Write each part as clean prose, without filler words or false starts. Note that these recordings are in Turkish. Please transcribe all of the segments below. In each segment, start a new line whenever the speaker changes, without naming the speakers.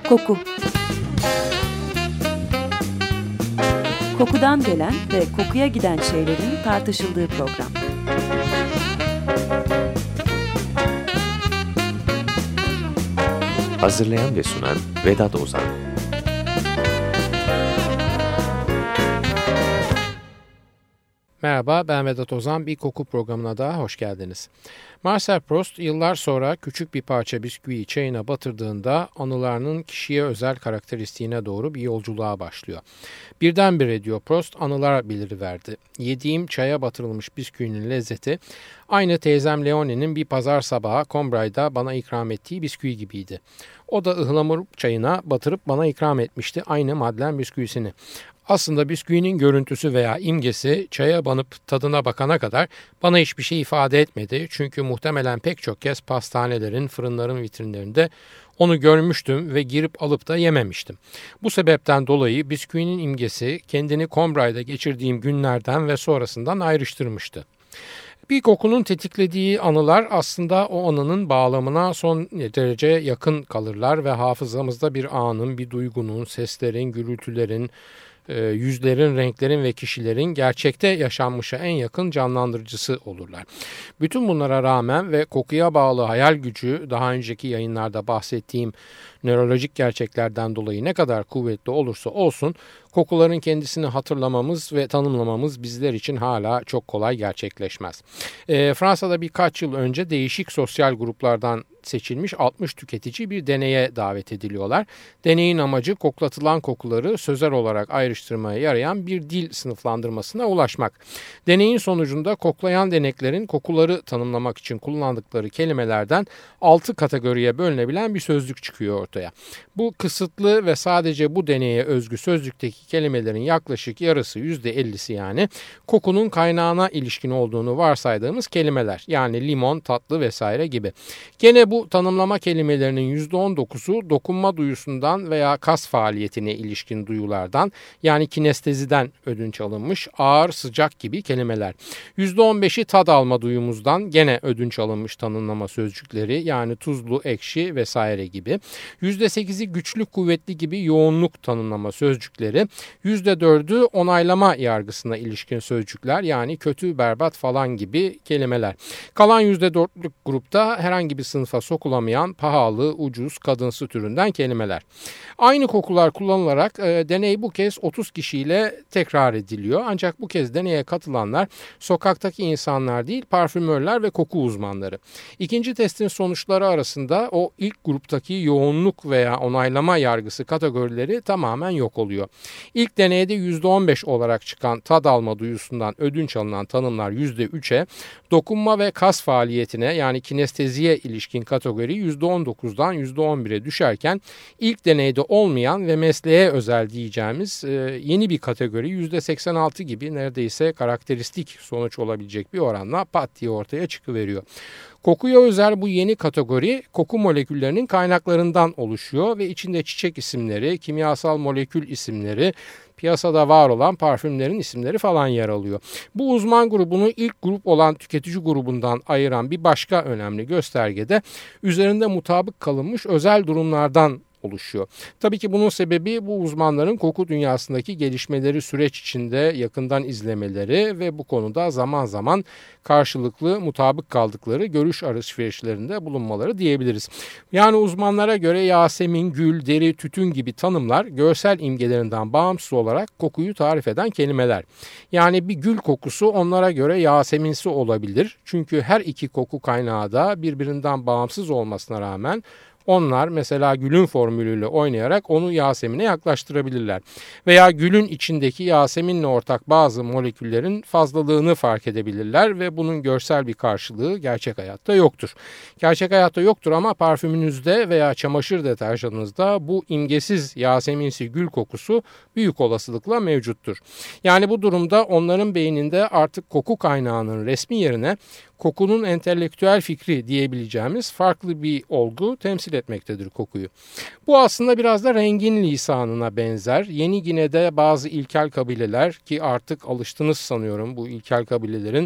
Koku. Kokudan gelen ve kokuya giden şeylerin tartışıldığı program.
Hazırlayan ve sunan Vedat Ozan.
Merhaba, ben Vedat Ozan. Bir koku programına daha hoş geldiniz. Marcel Proust yıllar sonra küçük bir parça bisküviyi çayına batırdığında anılarının kişiye özel karakteristiğine doğru bir yolculuğa başlıyor. Birdenbire diyor Proust, anılar beliriverdi. Yediğim çaya batırılmış bisküvinin lezzeti aynı teyzem Leonie'nin bir pazar sabahı Combray'da bana ikram ettiği bisküvi gibiydi. O da ıhlamur çayına batırıp bana ikram etmişti aynı Madeleine bisküvisini. Aslında bisküvinin görüntüsü veya imgesi çaya banıp tadına bakana kadar bana hiçbir şey ifade etmedi. Çünkü muhtemelen pek çok kez pastanelerin, fırınların vitrinlerinde onu görmüştüm ve girip alıp da yememiştim. Bu sebepten dolayı bisküvinin imgesi kendini Combray'da geçirdiğim günlerden ve sonrasından ayrıştırmıştı. Bir kokunun tetiklediği anılar aslında o anının bağlamına son derece yakın kalırlar ve hafızamızda bir anın, bir duygunun, seslerin, gürültülerin, yüzlerin, renklerin ve kişilerin gerçekte yaşanmışa en yakın canlandırıcısı olurlar. Bütün bunlara rağmen ve kokuya bağlı hayal gücü daha önceki yayınlarda bahsettiğim nörolojik gerçeklerden dolayı ne kadar kuvvetli olursa olsun kokuların kendisini hatırlamamız ve tanımlamamız bizler için hala çok kolay gerçekleşmez. Fransa'da birkaç yıl önce değişik sosyal gruplardan seçilmiş 60 tüketici bir deneye davet ediliyorlar. Deneyin amacı koklatılan kokuları sözel olarak ayrıştırmaya yarayan bir dil sınıflandırmasına ulaşmak. Deneyin sonucunda koklayan deneklerin kokuları tanımlamak için kullandıkları kelimelerden 6 kategoriye bölünebilen bir sözlük çıkıyor ortaya. Bu kısıtlı ve sadece bu deneye özgü sözlükteki kelimelerin yaklaşık yarısı %50'si yani kokunun kaynağına ilişkin olduğunu varsaydığımız kelimeler yani limon, tatlı vesaire gibi. Gene bu tanımlama kelimelerinin %19'u dokunma duyusundan veya kas faaliyetine ilişkin duyulardan yani kinesteziden ödünç alınmış ağır, sıcak gibi kelimeler. %15'i tad alma duyumuzdan gene ödünç alınmış tanımlama sözcükleri yani tuzlu, ekşi vesaire gibi. %8'i güçlü, kuvvetli gibi yoğunluk tanımlama sözcükleri. %4'ü onaylama yargısına ilişkin sözcükler yani kötü, berbat falan gibi kelimeler. Kalan %4'lük grupta herhangi bir sınıfa sokulamayan pahalı, ucuz, kadınsı türünden kelimeler. Aynı kokular kullanılarak deney bu kez 30 kişiyle tekrar ediliyor. Ancak bu kez deneye katılanlar sokaktaki insanlar değil, parfümörler ve koku uzmanları. İkinci testin sonuçları arasında o ilk gruptaki yoğunluk veya onaylama yargısı kategorileri tamamen yok oluyor. İlk deneyde %15 olarak çıkan tad alma duyusundan ödünç alınan tanımlar %3'e, dokunma ve kas faaliyetine yani kinesteziye ilişkin kategori %19'dan %11'e düşerken ilk deneyde olmayan ve mesleğe özel diyeceğimiz yeni bir kategori %86 gibi neredeyse karakteristik sonuç olabilecek bir oranla pat diye ortaya çıkıveriyor. Kokuya özel bu yeni kategori koku moleküllerinin kaynaklarından oluşuyor ve içinde çiçek isimleri, kimyasal molekül isimleri, piyasada var olan parfümlerin isimleri falan yer alıyor. Bu uzman grubunu ilk grup olan tüketici grubundan ayıran bir başka önemli gösterge de üzerinde mutabık kalınmış özel durumlardan oluşuyor. Tabii ki bunun sebebi bu uzmanların koku dünyasındaki gelişmeleri süreç içinde yakından izlemeleri ve bu konuda zaman zaman karşılıklı mutabık kaldıkları görüş alışverişlerinde bulunmaları diyebiliriz. Yani uzmanlara göre Yasemin, gül, deri, tütün gibi tanımlar görsel imgelerinden bağımsız olarak kokuyu tarif eden kelimeler. Yani bir gül kokusu onlara göre Yaseminsi olabilir. Çünkü her iki koku kaynağı da birbirinden bağımsız olmasına rağmen onlar mesela gülün formülüyle oynayarak onu Yasemin'e yaklaştırabilirler. Veya gülün içindeki Yasemin'le ortak bazı moleküllerin fazlalığını fark edebilirler ve bunun görsel bir karşılığı gerçek hayatta yoktur. Gerçek hayatta yoktur ama parfümünüzde veya çamaşır deterjanınızda bu imgesiz Yaseminsi gül kokusu büyük olasılıkla mevcuttur. Yani bu durumda onların beyninde artık koku kaynağının resmi yerine kokunun entelektüel fikri diyebileceğimiz farklı bir olgu temsil etmektedir kokuyu. Bu aslında biraz da rengin lisanına benzer. Yeni Gine'de bazı ilkel kabileler ki artık alıştınız sanıyorum bu ilkel kabilelerin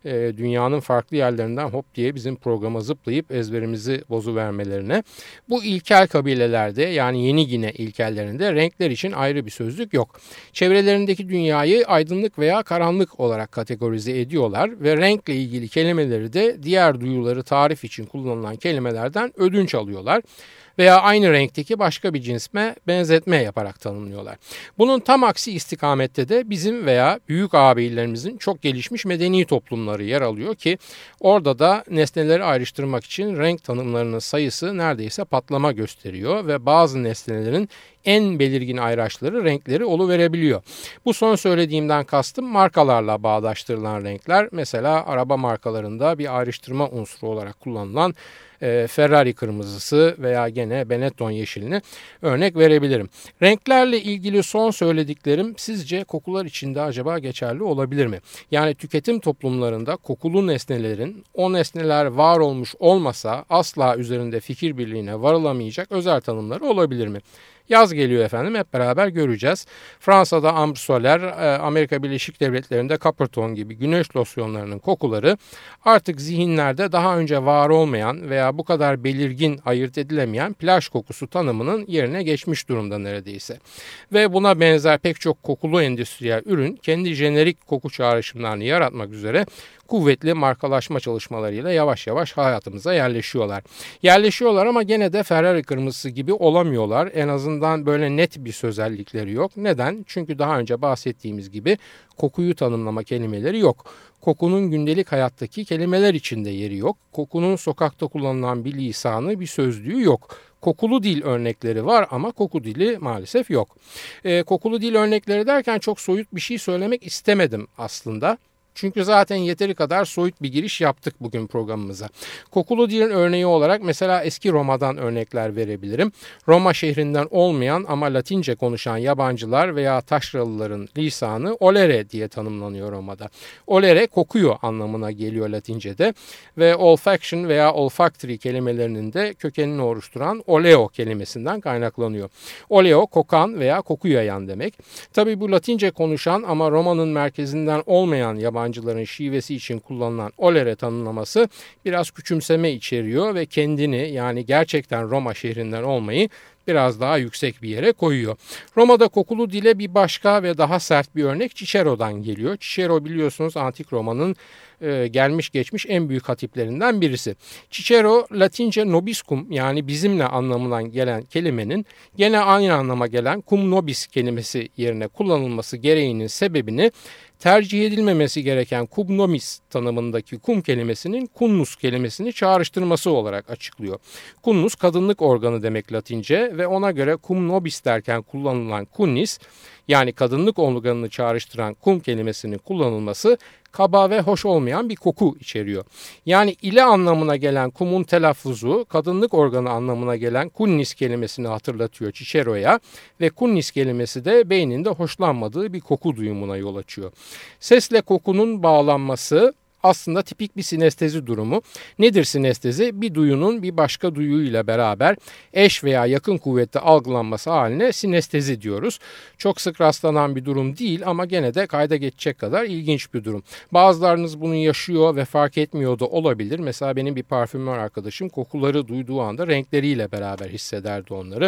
Dünyanın farklı yerlerinden hop diye bizim programa zıplayıp ezberimizi bozuvermelerine. Bu ilkel kabilelerde yani Yeni Gine ilkellerinde renkler için ayrı bir sözlük yok. Çevrelerindeki dünyayı aydınlık veya karanlık olarak kategorize ediyorlar ve renkle ilgili kelimeleri de diğer duyuları tarif için kullanılan kelimelerden ödünç alıyorlar veya aynı renkteki başka bir cinsme benzetme yaparak tanımlıyorlar. Bunun tam aksi istikamette de bizim veya büyük ağabeylerimizin çok gelişmiş medeni toplumları yer alıyor ki orada da nesneleri ayrıştırmak için renk tanımlarının sayısı neredeyse patlama gösteriyor ve bazı nesnelerin en belirgin ayraçları renkleri oluverebiliyor. Bu son söylediğimden kastım markalarla bağdaştırılan renkler. Mesela araba markalarında bir ayrıştırma unsuru olarak kullanılan Ferrari kırmızısı veya gene Benetton yeşilini örnek verebilirim. Renklerle ilgili son söylediklerim sizce kokular için de acaba geçerli olabilir mi? Yani tüketim toplumlarında kokulu nesnelerin o nesneler var olmuş olmasa asla üzerinde fikir birliğine varılamayacak özel tanımları olabilir mi? Yaz geliyor efendim, hep beraber göreceğiz. Fransa'da Ambre Solaire, Amerika Birleşik Devletleri'nde Coppertone gibi güneş losyonlarının kokuları artık zihinlerde daha önce var olmayan veya bu kadar belirgin ayırt edilemeyen plaj kokusu tanımının yerine geçmiş durumda neredeyse. Ve buna benzer pek çok kokulu endüstriyel ürün kendi jenerik koku çağrışımlarını yaratmak üzere kuvvetli markalaşma çalışmalarıyla yavaş yavaş hayatımıza yerleşiyorlar. Yerleşiyorlar ama gene de Ferrari kırmızısı gibi olamıyorlar. En azından böyle net bir sözellikleri yok. Neden? Çünkü daha önce bahsettiğimiz gibi kokuyu tanımlama kelimeleri yok. Kokunun gündelik hayattaki kelimeler içinde yeri yok. Kokunun sokakta kullanılan bir lisanı, bir sözlüğü yok. Kokulu dil örnekleri var ama koku dili maalesef yok. Kokulu dil örnekleri derken çok soyut bir şey söylemek istemedim aslında. Çünkü zaten yeteri kadar soyut bir giriş yaptık bugün programımıza. Kokulu dilin örneği olarak mesela eski Roma'dan örnekler verebilirim. Roma şehrinden olmayan ama Latince konuşan yabancılar veya taşralıların lisanı olere diye tanımlanıyor Roma'da. Olere kokuyor anlamına geliyor Latince'de ve olfaction veya olfactory kelimelerinin de kökenini oluşturan oleo kelimesinden kaynaklanıyor. Oleo kokan veya koku yayan demek. Tabii bu Latince konuşan ama Roma'nın merkezinden olmayan yabancıların şivesi için kullanılan olere tanımlaması biraz küçümseme içeriyor ve kendini yani gerçekten Roma şehrinden olmayı biraz daha yüksek bir yere koyuyor. Roma'da kokulu dile bir başka ve daha sert bir örnek Cicero'dan geliyor. Cicero biliyorsunuz Antik Roma'nın gelmiş geçmiş en büyük hatiplerinden birisi. Cicero Latince nobiscum yani bizimle anlamından gelen kelimenin gene aynı anlama gelen cum nobis kelimesi yerine kullanılması gereğinin sebebini tercih edilmemesi gereken cum nobis tanımındaki cum kelimesinin cunnus kelimesini çağrıştırması olarak açıklıyor. Cunnus kadınlık organı demek Latince ve ona göre cum nobis derken kullanılan cunnis yani kadınlık organını çağrıştıran cum kelimesinin kullanılması kaba ve hoş olmayan bir koku içeriyor. Yani ile anlamına gelen kumun telaffuzu kadınlık organı anlamına gelen kunnis kelimesini hatırlatıyor Cicero'ya ve kunnis kelimesi de beyninde hoşlanmadığı bir koku duyumuna yol açıyor. Sesle kokunun bağlanması aslında tipik bir sinestezi durumu. Nedir sinestezi? Bir duyunun bir başka duyuyla beraber eş veya yakın kuvvette algılanması haline sinestezi diyoruz. Çok sık rastlanan bir durum değil ama gene de kayda geçecek kadar ilginç bir durum. Bazılarınız bunu yaşıyor ve fark etmiyor da olabilir. Mesela benim bir parfümör arkadaşım kokuları duyduğu anda renkleriyle beraber hissederdi onları.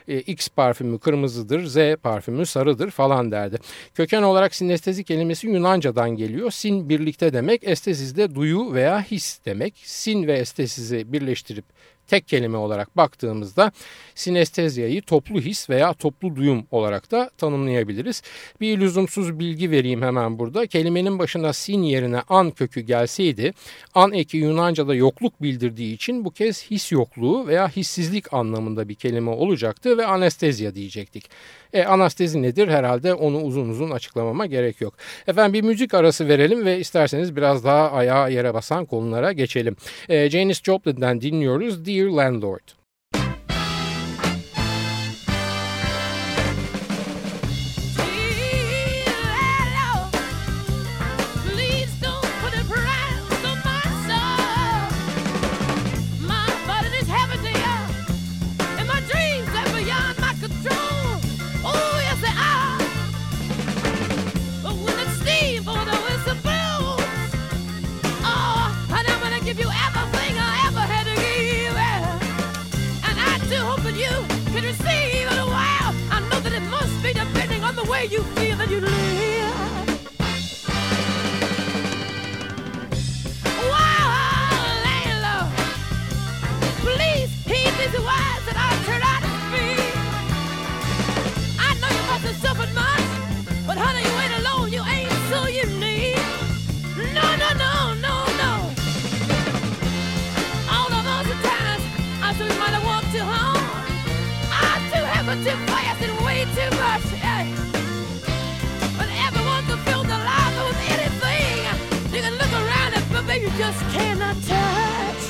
X parfümü kırmızıdır, Z parfümü sarıdır falan derdi. Köken olarak sinestezi kelimesi Yunanca'dan geliyor. Sin birlikte demek, estesiz de duyu veya his demek. Sin ve estesizi birleştirip tek kelime olarak baktığımızda sinestezyayı toplu his veya toplu duyum olarak da tanımlayabiliriz. Bir lüzumsuz bilgi vereyim hemen burada. Kelimenin başına sin yerine an kökü gelseydi an eki Yunanca'da yokluk bildirdiği için bu kez his yokluğu veya hissizlik anlamında bir kelime olacaktı ve anestezya diyecektik. Anestezi nedir? Herhalde onu uzun uzun açıklamama gerek yok. Efendim bir müzik arası verelim ve isterseniz biraz daha ayağa yere basan konulara geçelim. Janis Joplin'den dinliyoruz Dear Landlord.
moving too fast and way too much. But everyone can feel the life with anything. You can look around it, but baby, you just cannot touch.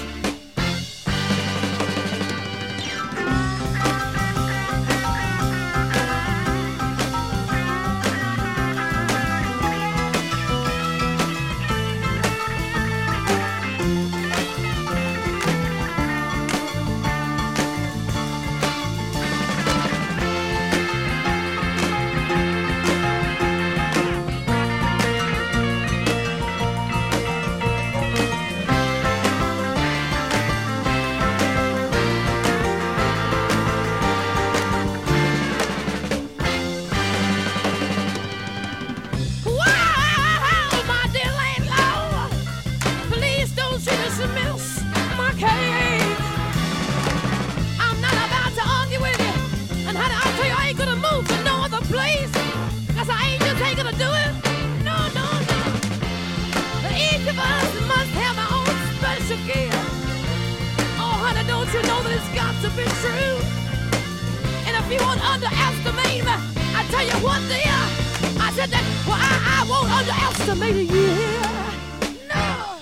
You know that it's got to be true. And if you won't underestimate me, I tell you what, dear, I said that, well, I won't underestimate you. No.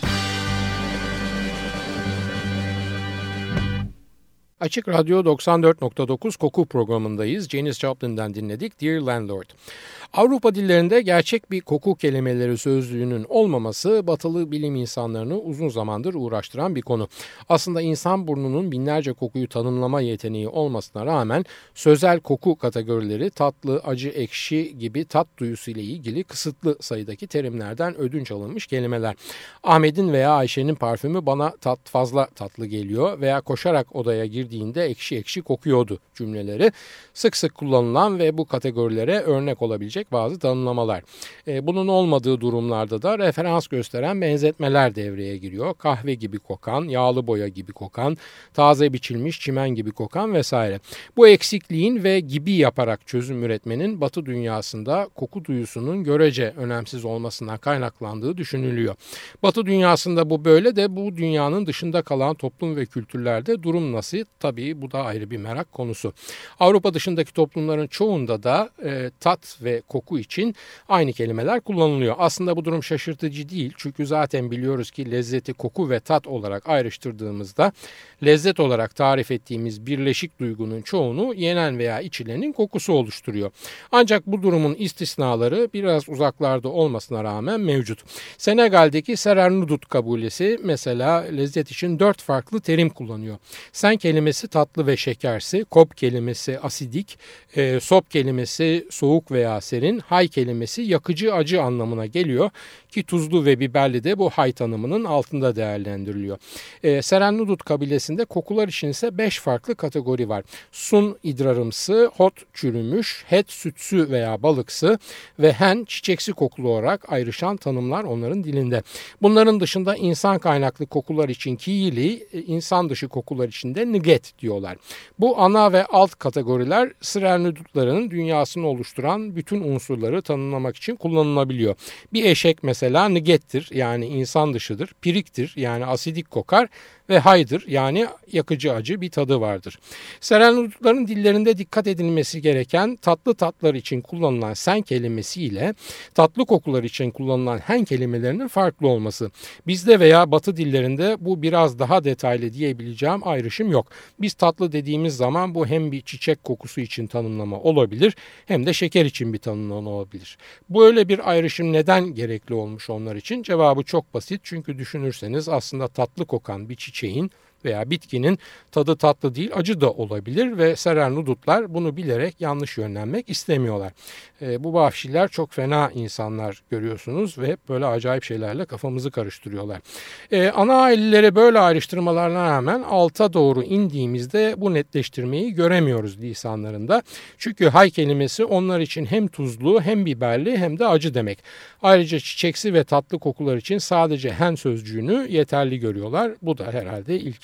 Açık Radyo 94.9 Koku programındayız. Janis Joplin'den dinledik Dear Landlord. Avrupa dillerinde gerçek bir koku kelimeleri sözlüğünün olmaması batılı bilim insanlarını uzun zamandır uğraştıran bir konu. Aslında insan burnunun binlerce kokuyu tanımlama yeteneği olmasına rağmen sözel koku kategorileri tatlı, acı, ekşi gibi tat duyusu ile ilgili kısıtlı sayıdaki terimlerden ödünç alınmış kelimeler. Ahmet'in veya Ayşe'nin parfümü bana fazla tatlı geliyor veya koşarak odaya girdiğinde ekşi ekşi kokuyordu cümleleri sık sık kullanılan ve bu kategorilere örnek olabilecek bazı tanımlamalar. Bunun olmadığı durumlarda da referans gösteren benzetmeler devreye giriyor. Kahve gibi kokan, yağlı boya gibi kokan, taze biçilmiş çimen gibi kokan vesaire. Bu eksikliğin ve gibi yaparak çözüm üretmenin Batı dünyasında koku duyusunun görece önemsiz olmasından kaynaklandığı düşünülüyor. Batı dünyasında bu böyle de bu dünyanın dışında kalan toplum ve kültürlerde durum nasıl? Tabii bu da ayrı bir merak konusu. Avrupa dışındaki toplumların çoğunda da tat ve koku için aynı kelimeler kullanılıyor. Aslında bu durum şaşırtıcı değil. Çünkü zaten biliyoruz ki lezzeti koku ve tat olarak ayrıştırdığımızda lezzet olarak tarif ettiğimiz birleşik duygunun çoğunu yenen veya içilenin kokusu oluşturuyor. Ancak bu durumun istisnaları biraz uzaklarda olmasına rağmen mevcut. Senegal'deki Serernudut kabilesi mesela lezzet için 4 farklı terim kullanıyor. Sen kelimesi tatlı ve şekersi, kop kelimesi asidik, sop kelimesi soğuk veya serin, hay kelimesi yakıcı acı anlamına geliyor ki tuzlu ve biberli de bu hay tanımının altında değerlendiriliyor. Serennudut kabilesinde kokular için ise 5 farklı kategori var. Sun idrarımsı, hot çürümüş, het sütsü veya balıksı ve hen çiçeksi kokulu olarak ayrışan tanımlar onların dilinde. Bunların dışında insan kaynaklı kokular için kiili, insan dışı kokular için de nıget diyorlar. Bu ana ve alt kategoriler Serennudutların dünyasını oluşturan bütün unsurları tanımlamak için kullanılabiliyor. Bir eşek mesela nıgettir yani insan dışıdır, piriktir yani asidik kokar ve haydır yani yakıcı acı bir tadı vardır. Serennudutların dillerinde dikkat edilmesi gereken tatlı tatlar için kullanılan sen kelimesi ile tatlı kokular için kullanılan hen kelimelerinin farklı olması. Bizde veya Batı dillerinde bu biraz daha detaylı diyebileceğim ayrışım yok. Biz tatlı dediğimiz zaman bu hem bir çiçek kokusu için tanımlama olabilir hem de şeker için bir tanımlama olabilir. Böyle bir ayrışım neden gerekli olmuş onlar için? Cevabı çok basit çünkü düşünürseniz aslında tatlı kokan bir çiçeğin veya bitkinin tadı tatlı değil acı da olabilir ve Serennudutlar bunu bilerek yanlış yönlenmek istemiyorlar. Bu vahşiler çok fena insanlar görüyorsunuz ve böyle acayip şeylerle kafamızı karıştırıyorlar. Ana ailelere böyle ayrıştırmalarına rağmen alta doğru indiğimizde bu netleştirmeyi göremiyoruz lisanlarında. Çünkü hay kelimesi onlar için hem tuzlu hem biberli hem de acı demek. Ayrıca çiçeksi ve tatlı kokular için sadece hen sözcüğünü yeterli görüyorlar. Bu da herhalde ilkel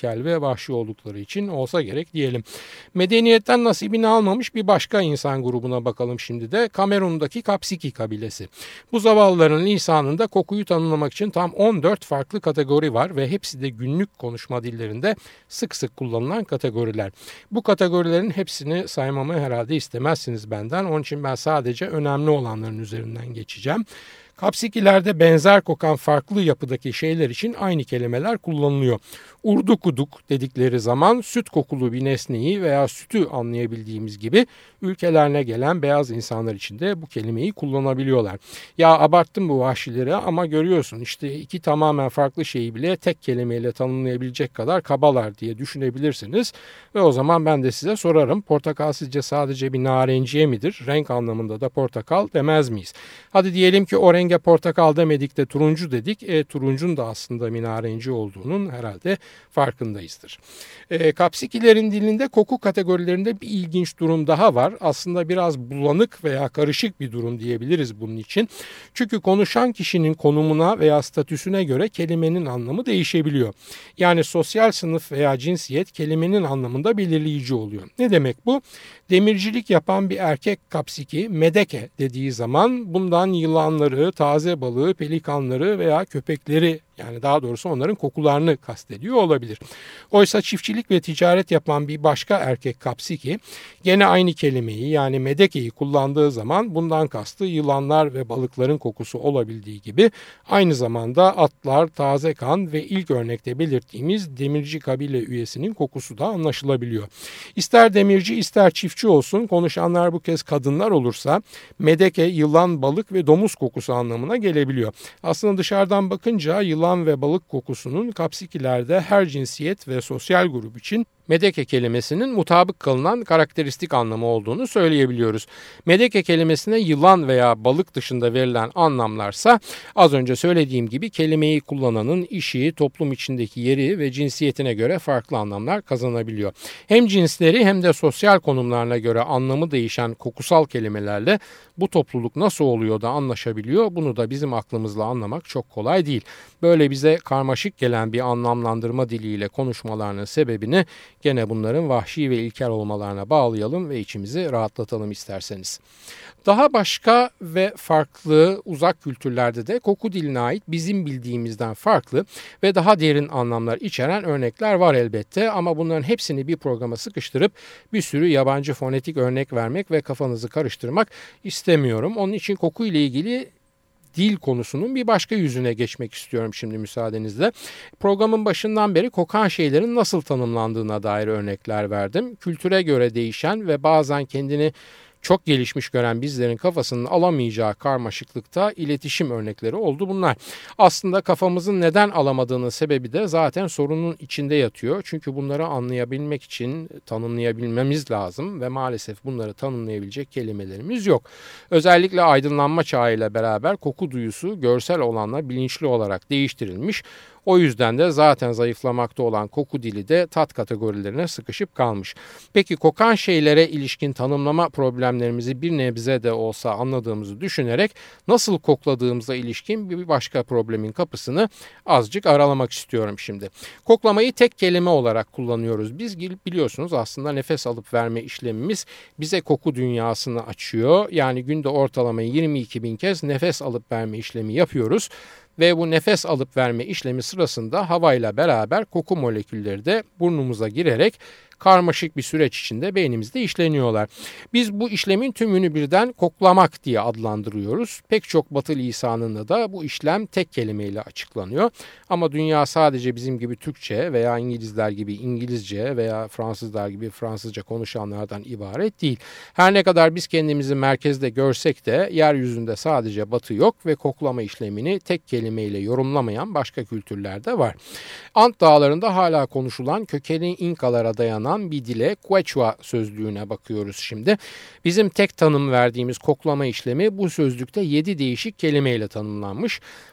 ilkel ve vahşi oldukları için olsa gerek diyelim. Medeniyetten nasibini almamış bir başka insan grubuna bakalım şimdi de. Kamerun'daki Kapsiki kabilesi. Bu zavallıların lisanında kokuyu tanımlamak için tam 14 farklı kategori var ve hepsi de günlük konuşma dillerinde sık sık kullanılan kategoriler. Bu kategorilerin hepsini saymamı herhalde istemezsiniz benden. Onun için ben sadece önemli olanların üzerinden geçeceğim. Kapsikilerde benzer kokan farklı yapıdaki şeyler için aynı kelimeler kullanılıyor. Urdukuduk dedikleri zaman süt kokulu bir nesneyi veya sütü anlayabildiğimiz gibi ülkelerine gelen beyaz insanlar için de bu kelimeyi kullanabiliyorlar. Ya abarttım bu vahşileri ama görüyorsun işte iki tamamen farklı şeyi bile tek kelimeyle tanımlayabilecek kadar kabalar diye düşünebilirsiniz. Ve o zaman ben de size sorarım, portakal sizce sadece bir narenciye midir? Renk anlamında da portakal demez miyiz? Hadi diyelim ki o renge portakal demedik de turuncu dedik. Turuncun da aslında bir narenci olduğunun herhalde farkındayızdır. Kapsikilerin dilinde koku kategorilerinde bir ilginç durum daha var. Aslında biraz bulanık veya karışık bir durum diyebiliriz bunun için. Çünkü konuşan kişinin konumuna veya statüsüne göre kelimenin anlamı değişebiliyor. Yani sosyal sınıf veya cinsiyet kelimenin anlamında belirleyici oluyor. Ne demek bu? Demircilik yapan bir erkek kapsiki medeke dediği zaman bundan yılanları, taze balığı, pelikanları veya köpekleri, yani daha doğrusu onların kokularını kastediyor olabilir. Oysa çiftçilik ve ticaret yapan bir başka erkek kapsiki gene aynı kelimeyi, yani medekeyi kullandığı zaman bundan kastı yılanlar ve balıkların kokusu olabildiği gibi aynı zamanda atlar, taze kan ve ilk örnekte belirttiğimiz demirci kabile üyesinin kokusu da anlaşılabiliyor. İster demirci ister çiftçi olsun, konuşanlar bu kez kadınlar olursa medeke, yılan, balık ve domuz kokusu anlamına gelebiliyor. Aslında dışarıdan bakınca yılan ve balık kokusunun kapsikilerde her cinsiyet ve sosyal grup için medeke kelimesinin mutabık kılınan karakteristik anlamı olduğunu söyleyebiliyoruz. Medeke kelimesine yılan veya balık dışında verilen anlamlarsa az önce söylediğim gibi kelimeyi kullananın işi, toplum içindeki yeri ve cinsiyetine göre farklı anlamlar kazanabiliyor. Hem cinsleri hem de sosyal konumlarına göre anlamı değişen kokusal kelimelerle bu topluluk nasıl oluyor da anlaşabiliyor, bunu da bizim aklımızla anlamak çok kolay değil. Böyle bize karmaşık gelen bir anlamlandırma diliyle konuşmalarının sebebini gene bunların vahşi ve ilkel olmalarına bağlayalım ve içimizi rahatlatalım isterseniz. Daha başka ve farklı uzak kültürlerde de koku diline ait bizim bildiğimizden farklı ve daha derin anlamlar içeren örnekler var elbette, ama bunların hepsini bir programa sıkıştırıp bir sürü yabancı fonetik örnek vermek ve kafanızı karıştırmak istemiyorum. Onun için koku ile ilgili dil konusunun bir başka yüzüne geçmek istiyorum şimdi müsaadenizle. Programın başından beri kokan şeylerin nasıl tanımlandığına dair örnekler verdim. Kültüre göre değişen ve bazen kendini çok gelişmiş gören bizlerin kafasının alamayacağı karmaşıklıkta iletişim örnekleri oldu bunlar. Aslında kafamızın neden alamadığının sebebi de zaten sorunun içinde yatıyor. Çünkü bunları anlayabilmek için tanımlayabilmemiz lazım ve maalesef bunları tanımlayabilecek kelimelerimiz yok. Özellikle aydınlanma çağıyla beraber koku duyusu görsel olanla bilinçli olarak değiştirilmiş. O yüzden de zaten zayıflamakta olan koku dili de tat kategorilerine sıkışıp kalmış. Peki kokan şeylere ilişkin tanımlama problemlerimizi bir nebze de olsa anladığımızı düşünerek nasıl kokladığımıza ilişkin bir başka problemin kapısını azıcık aralamak istiyorum şimdi. Koklamayı tek kelime olarak kullanıyoruz. Biz biliyorsunuz aslında nefes alıp verme işlemimiz bize koku dünyasını açıyor. Yani günde ortalama 22.000 kez nefes alıp verme işlemi yapıyoruz. Ve bu nefes alıp verme işlemi sırasında havayla beraber koku molekülleri de burnumuza girerek karmaşık bir süreç içinde beynimizde işleniyorlar. Biz bu işlemin tümünü birden koklamak diye adlandırıyoruz. Pek çok Batı lisanında da bu işlem tek kelimeyle açıklanıyor. Ama dünya sadece bizim gibi Türkçe veya İngilizler gibi İngilizce veya Fransızlar gibi Fransızca konuşanlardan ibaret değil. Her ne kadar biz kendimizi merkezde görsek de yeryüzünde sadece Batı yok ve koklama işlemini tek kelimeyle yorumlamayan başka kültürler de var. Ant Dağları'nda hala konuşulan kökeni İnkalara dayanan bir dile, Quechua sözlüğüne bakıyoruz şimdi. Bizim tek tanım verdiğimiz koklama işlemi bu sözlükte 7 değişik kelimeyle tanımlanmış.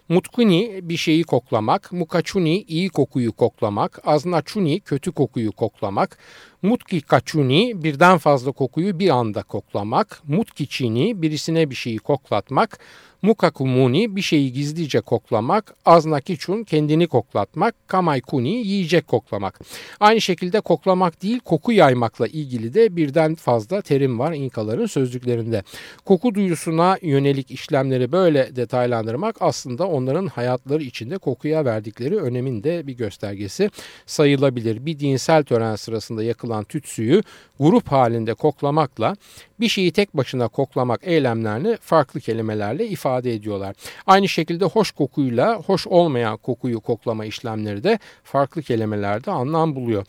Mutkuni bir şeyi koklamak, mukachuni iyi kokuyu koklamak, aznachuni kötü kokuyu koklamak, mutkikachuni birden fazla kokuyu bir anda koklamak, mutkichini birisine bir şeyi koklatmak, mukakumuni bir şeyi gizlice koklamak, aznakichun kendini koklatmak, kamaikuni yiyecek koklamak. Aynı şekilde koklamak değil koku yaymakla ilgili de birden fazla terim var İnkaların sözlüklerinde. Koku duyusuna yönelik işlemleri böyle detaylandırmak aslında onların hayatları içinde kokuya verdikleri önemin de bir göstergesi sayılabilir. Bir dinsel tören sırasında yakılan tütsüyü grup halinde koklamakla bir şeyi tek başına koklamak eylemlerini farklı kelimelerle ifade ediyorlar. Aynı şekilde hoş kokuyla hoş olmayan kokuyu koklama işlemleri de farklı kelimelerde anlam buluyor.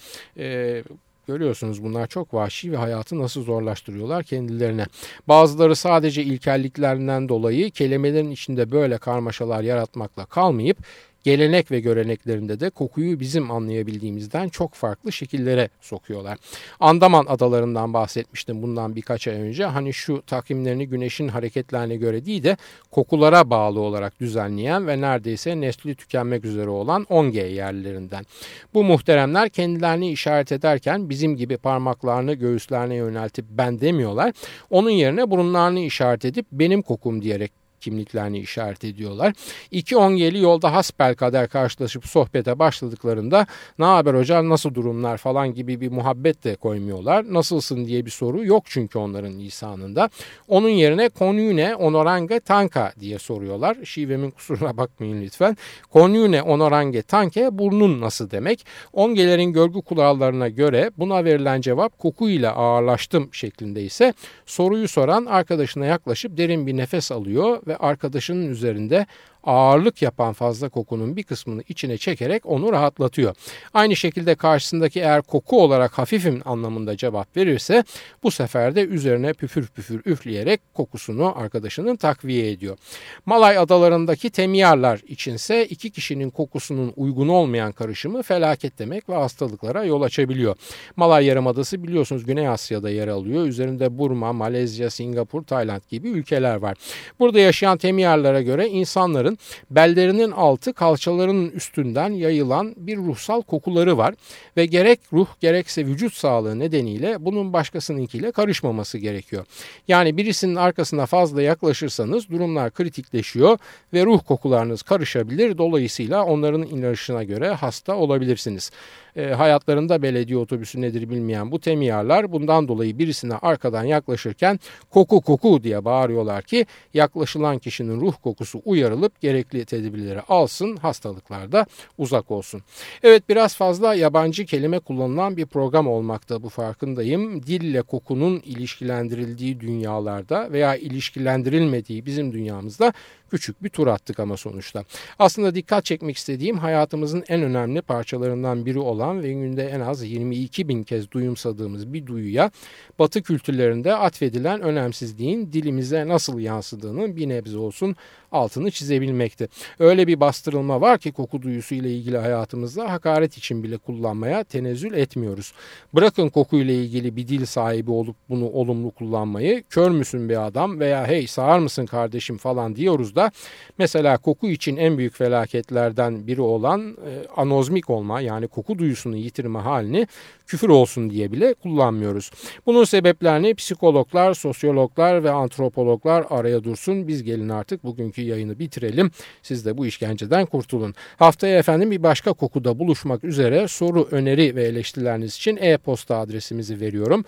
Görüyorsunuz bunlar çok vahşi ve hayatı nasıl zorlaştırıyorlar kendilerine. Bazıları sadece ilkelliklerinden dolayı kelimelerin içinde böyle karmaşalar yaratmakla kalmayıp gelenek ve göreneklerinde de kokuyu bizim anlayabildiğimizden çok farklı şekillere sokuyorlar. Andaman adalarından bahsetmiştim bundan birkaç ay önce. Hani şu takvimlerini güneşin hareketlerine göre değil de kokulara bağlı olarak düzenleyen ve neredeyse nesli tükenmek üzere olan Onge yerlilerinden. Bu muhteremler kendilerini işaret ederken bizim gibi parmaklarını göğüslerine yöneltip ben demiyorlar. Onun yerine burunlarını işaret edip benim kokum diyerek kimliklerini işaret ediyorlar. İki Ongeli yolda hasbelkader karşılaşıp sohbete başladıklarında "Ne haber hocam, nasıl durumlar?" falan gibi bir muhabbet de koymuyorlar. Nasılsın diye bir soru yok çünkü onların lisanında. Onun yerine "Konyune onorange tanka" diye soruyorlar. Şivemin kusuruna bakmayın lütfen. Konyune onorange tanke burnun nasıl demek. Ongelerin görgü kurallarına göre buna verilen cevap kokuyla ağırlaştım şeklinde ise soruyu soran arkadaşına yaklaşıp derin bir nefes alıyor ve arkadaşının üzerinde ağırlık yapan fazla kokunun bir kısmını içine çekerek onu rahatlatıyor. Aynı şekilde karşısındaki eğer koku olarak hafifim anlamında cevap verirse bu sefer de üzerine püfür püfür üfleyerek kokusunu arkadaşının takviye ediyor. Malay adalarındaki temiyarlar içinse iki kişinin kokusunun uygun olmayan karışımı felaket demek ve hastalıklara yol açabiliyor. Malay Yarımadası biliyorsunuz Güney Asya'da yer alıyor. Üzerinde Burma, Malezya, Singapur, Tayland gibi ülkeler var. Burada yaşayan temiyarlara göre insanların bellerinin altı kalçalarının üstünden yayılan bir ruhsal kokuları var ve gerek ruh gerekse vücut sağlığı nedeniyle bunun başkasınınkiyle karışmaması gerekiyor. Yani birisinin arkasına fazla yaklaşırsanız durumlar kritikleşiyor ve ruh kokularınız karışabilir. Dolayısıyla onların inanışına göre hasta olabilirsiniz. Hayatlarında belediye otobüsü nedir bilmeyen bu temiyarlar bundan dolayı birisine arkadan yaklaşırken koku koku diye bağırıyorlar ki yaklaşılan kişinin ruh kokusu uyarılıp gerekli tedbirleri alsın, hastalıklarda uzak olsun. Evet, biraz fazla yabancı kelime kullanılan bir program olmakta, bu farkındayım. Dille kokunun ilişkilendirildiği dünyalarda veya ilişkilendirilmediği bizim dünyamızda küçük bir tur attık ama sonuçta. Aslında dikkat çekmek istediğim hayatımızın en önemli parçalarından biri olan ve günde en az 22 bin kez duyumsadığımız bir duyuya Batı kültürlerinde atfedilen önemsizliğin dilimize nasıl yansıdığının bir nebze olsun altını çizebilmekte. Öyle bir bastırılma var ki koku duyusu ile ilgili hayatımızda hakaret için bile kullanmaya tenezzül etmiyoruz. Bırakın kokuyla ilgili bir dil sahibi olup bunu olumlu kullanmayı, kör müsün be adam veya hey sağır mısın kardeşim falan diyoruz da mesela koku için en büyük felaketlerden biri olan anozmik olma, yani koku duyusunu yitirme halini küfür olsun diye bile kullanmıyoruz. Bunun sebeplerini psikologlar, sosyologlar ve antropologlar araya dursun. Biz gelin artık bugünkü yayını bitirelim. Siz de bu işkenceden kurtulun. Haftaya efendim bir başka kokuda buluşmak üzere. Soru, öneri ve eleştirileriniz için e-posta adresimizi veriyorum.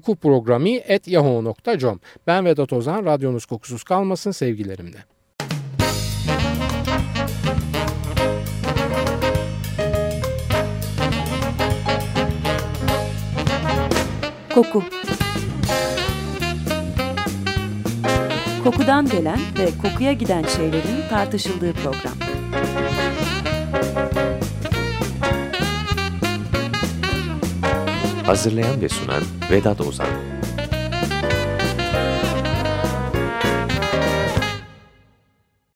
kokuprogrami@yahoo.com. Ben Vedat Ozan. Radyonuz kokusuz kalmasın sevgilerimle.
Koku. Kokudan gelen ve kokuya giden şeylerin tartışıldığı program.
Hazırlayan ve sunan Vedat Ozan.